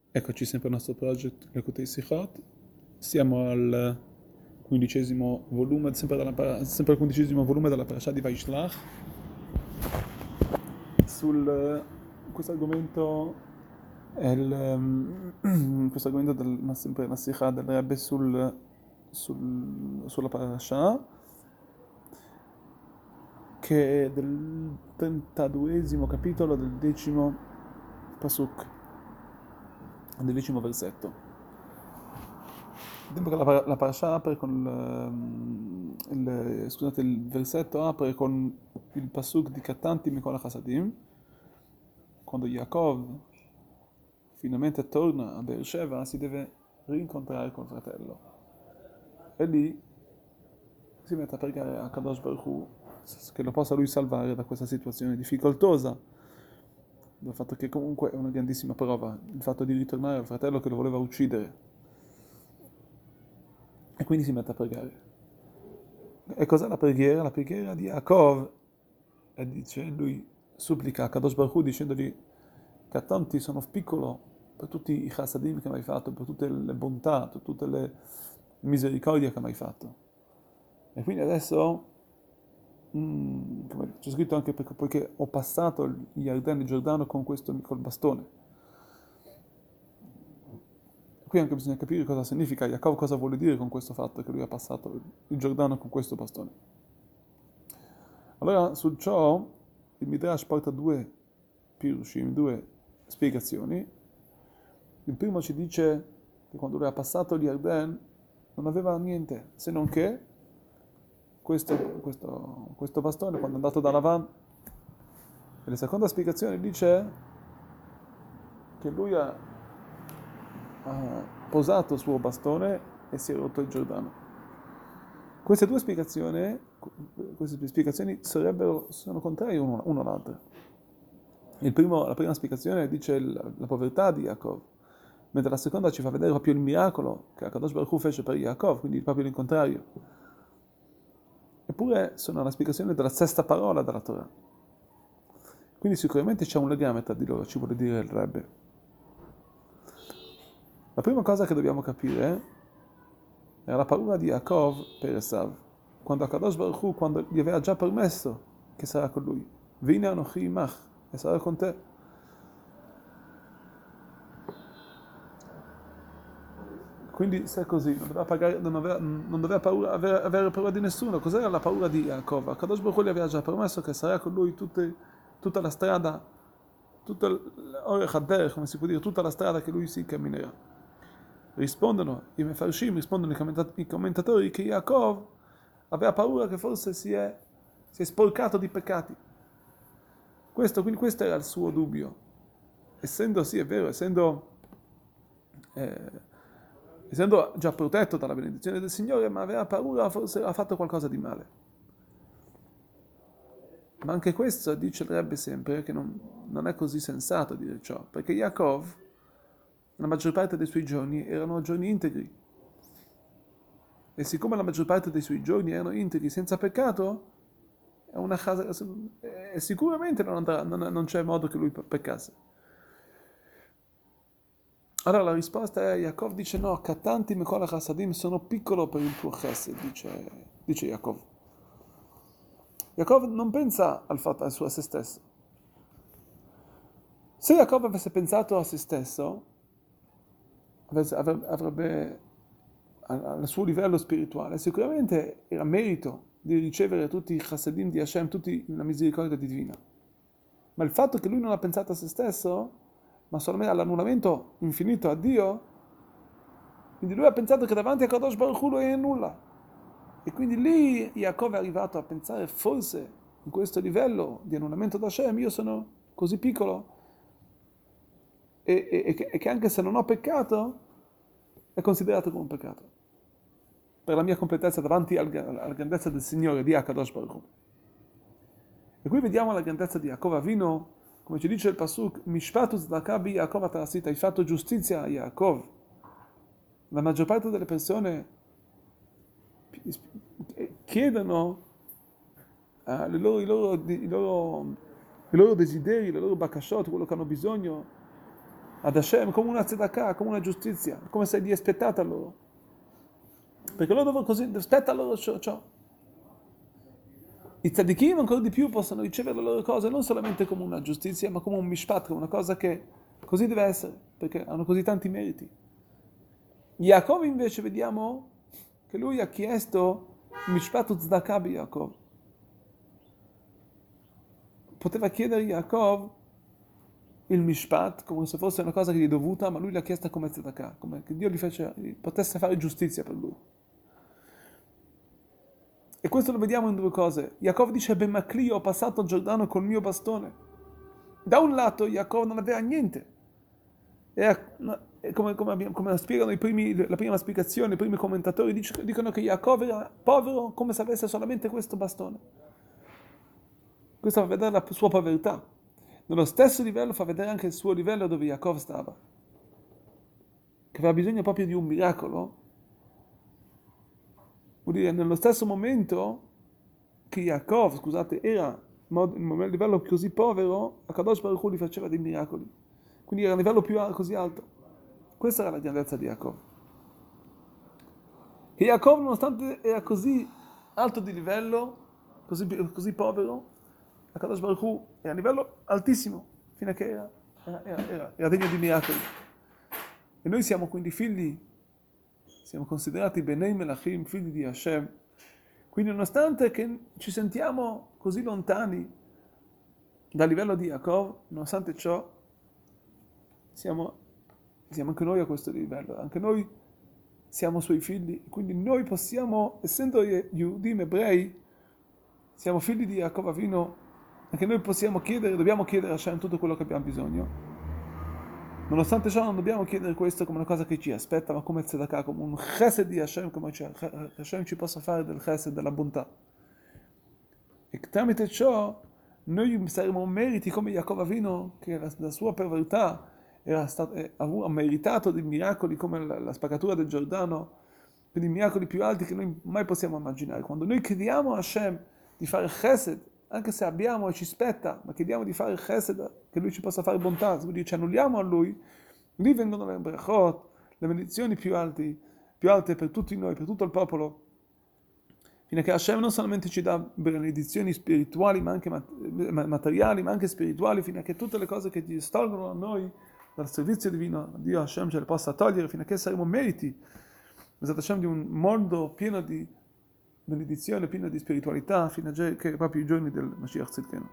Eccoci sempre al nostro project Lekutei Sichot. Siamo al 15° volume, sempre al 15° volume della Parasha di Vaishlach. Questo argomento è questo argomento sempre la Sikha del Rebbe sulla Parasha, che è del 32° capitolo del 10° Pasuk, del 10° versetto. Tempo che la parasha apre con scusate, il versetto apre con il pasuk di Katanti Mikol Hasadim, quando Yaakov finalmente torna a Beersheva, si deve rincontrare col fratello. E lì si mette a pregare a Kadosh Baruch Hu che lo possa lui salvare da questa situazione difficoltosa, dal fatto che comunque è una grandissima prova, il fatto di ritornare al fratello che lo voleva uccidere. E quindi si mette a pregare. E cos'è la preghiera? La preghiera di Yaakov, e dice, lui supplica a Kadosh Baruch Hu dicendogli: Katanti, sono piccolo per tutti i chassadim che mi hai fatto, per tutte le bontà, per tutte le misericordie che mi hai fatto. E quindi adesso, come c'è scritto anche poiché ho passato il Yarden, il Giordano col bastone. Qui anche bisogna capire cosa significa Yaakov, cosa vuole dire con questo fatto che lui ha passato il Giordano con questo bastone. Allora, su ciò, il Midrash porta due pirushim, due spiegazioni. Il primo ci dice che quando lui ha passato il Yarden non aveva niente, se non che questo bastone quando è andato da Lavan. E la seconda spiegazione dice che lui ha posato il suo bastone e si è rotto il Giordano. Queste spiegazioni sono contrarie una all'altra. La prima spiegazione dice la povertà di Yaakov, mentre la seconda ci fa vedere proprio il miracolo che Akadosh Baruch Hu fece per Yaakov, quindi proprio il contrario. Eppure sono la spiegazione della sesta parola della Torah. Quindi sicuramente c'è un legame tra di loro, ci vuole dire il Rebbe. La prima cosa che dobbiamo capire era la paura di Yaakov per Esav, quando Akadosh Baruch Hu, quando gli aveva già permesso che sarà con lui. Vine anochi imach, e sarà con te. Quindi se è così, non doveva avere paura di nessuno. Cos'era la paura di Yaakov? Akadosh Baruch Hu gli aveva già promesso che sarà con lui tutta la strada, tutta l'orech haderech, come si può dire, tutta la strada che lui si camminerà. I mefarshim rispondono i commentatori che Yaakov aveva paura che forse si è sporcato di peccati. Quindi questo era il suo dubbio. Essendo, sì, è vero, eh, essendo già protetto dalla benedizione del Signore, ma aveva paura, forse ha fatto qualcosa di male. Ma anche questo dice il Rebbe sempre che non è così sensato dire ciò, perché Yaakov, la maggior parte dei suoi giorni erano giorni integri. E siccome la maggior parte dei suoi giorni erano integri senza peccato, sicuramente non c'è modo che lui peccasse. Allora la risposta è, Yaakov dice no, Katanti Mikol Hasadim, sono piccolo per il tuo chesed, dice Yaakov. Yaakov non pensa a se stesso. Se Yaakov avesse pensato a se stesso, avrebbe al suo livello spirituale, sicuramente era merito di ricevere tutti i chasadim di Hashem, tutti la misericordia divina. Ma il fatto che lui non ha pensato a se stesso, ma solamente all'annullamento infinito a Dio, quindi lui ha pensato che davanti a Kadosh Baruch Hu è nulla. E quindi lì Yaakov è arrivato a pensare, forse in questo livello di annullamento da Hashem io sono così piccolo e che anche se non ho peccato è considerato come un peccato per la mia completezza davanti alla grandezza del Signore di Akadosh Baruch Hu. E qui vediamo la grandezza di Yaakov Avinu, come ci dice il Pasuk, Mishpatu tzedakah bi Yaakov atarasita, hai fatto giustizia a Yaakov. La maggior parte delle persone chiedono i loro desideri, le loro bakashot, quello che hanno bisogno, ad Hashem come una tzedakah, come una giustizia, come se gli aspettata loro. Perché loro così, aspetta loro ciò. I tzadikim ancora di più possono ricevere le loro cose non solamente come una giustizia, ma come un mishpat, come una cosa che così deve essere, perché hanno così tanti meriti. Yaakov invece vediamo che lui ha chiesto mishpat tzedakah bi Yaakov. Poteva chiedere Yaakov il mishpat come se fosse una cosa che gli è dovuta, ma lui l'ha chiesta come tzedakah, come che Dio potesse fare giustizia per lui. E questo lo vediamo in due cose. Yaakov dice, Bemakli, ho passato il Giordano col mio bastone. Da un lato Yaakov non aveva niente. Come spiegano la prima spiegazione, i primi commentatori dicono che Yaakov era povero come se avesse solamente questo bastone. Questo fa vedere la sua povertà. Nello stesso livello fa vedere anche il suo livello dove Yaakov stava. Che aveva bisogno proprio di un miracolo. Vuol dire, nello stesso momento che Yaakov, scusate, era in un livello così povero, Akadosh Baruch Hu gli faceva dei miracoli. Quindi era a un livello così alto. Questa era la grandezza di Yaakov. E Yaakov, nonostante era così alto di livello, così povero, Akadosh Baruch Hu era a un livello altissimo, fino a che era degno di miracoli. E noi siamo quindi figli, siamo considerati Benei Melachim, figli di Hashem. Quindi nonostante che ci sentiamo così lontani dal livello di Yaakov, nonostante ciò, siamo anche noi a questo livello, anche noi siamo suoi figli, quindi noi possiamo, essendo Yehudim ebrei, siamo figli di Yaakov Avinu, anche noi dobbiamo chiedere a Hashem tutto quello che abbiamo bisogno. Nonostante ciò non dobbiamo chiedere questo come una cosa che ci aspetta, ma come tzedakah, come un chesed di Hashem, come Hashem ci possa fare del chesed, della bontà. E tramite ciò noi saremo meriti come Yaakov Avinu, che la sua povertà ha meritato dei miracoli come la spaccatura del Giordano, quindi miracoli più alti che noi mai possiamo immaginare. Quando noi chiediamo a Hashem di fare chesed, anche se abbiamo e ci spetta, ma chiediamo di fare chesed, che lui ci possa fare bontà, quindi ci annulliamo a lui, lì vengono le brachot, le benedizioni più alte per tutti noi, per tutto il popolo, fino a che Hashem non solamente ci dà benedizioni spirituali, ma anche materiali, ma anche spirituali, fino a che tutte le cose che distolgono a noi dal servizio divino, Dio Hashem ce le possa togliere, fino a che saremo meriti, Hashem, di un mondo pieno di benedizione, pieno di spiritualità, fino a che proprio i giorni del Mashiach Tzidkenu.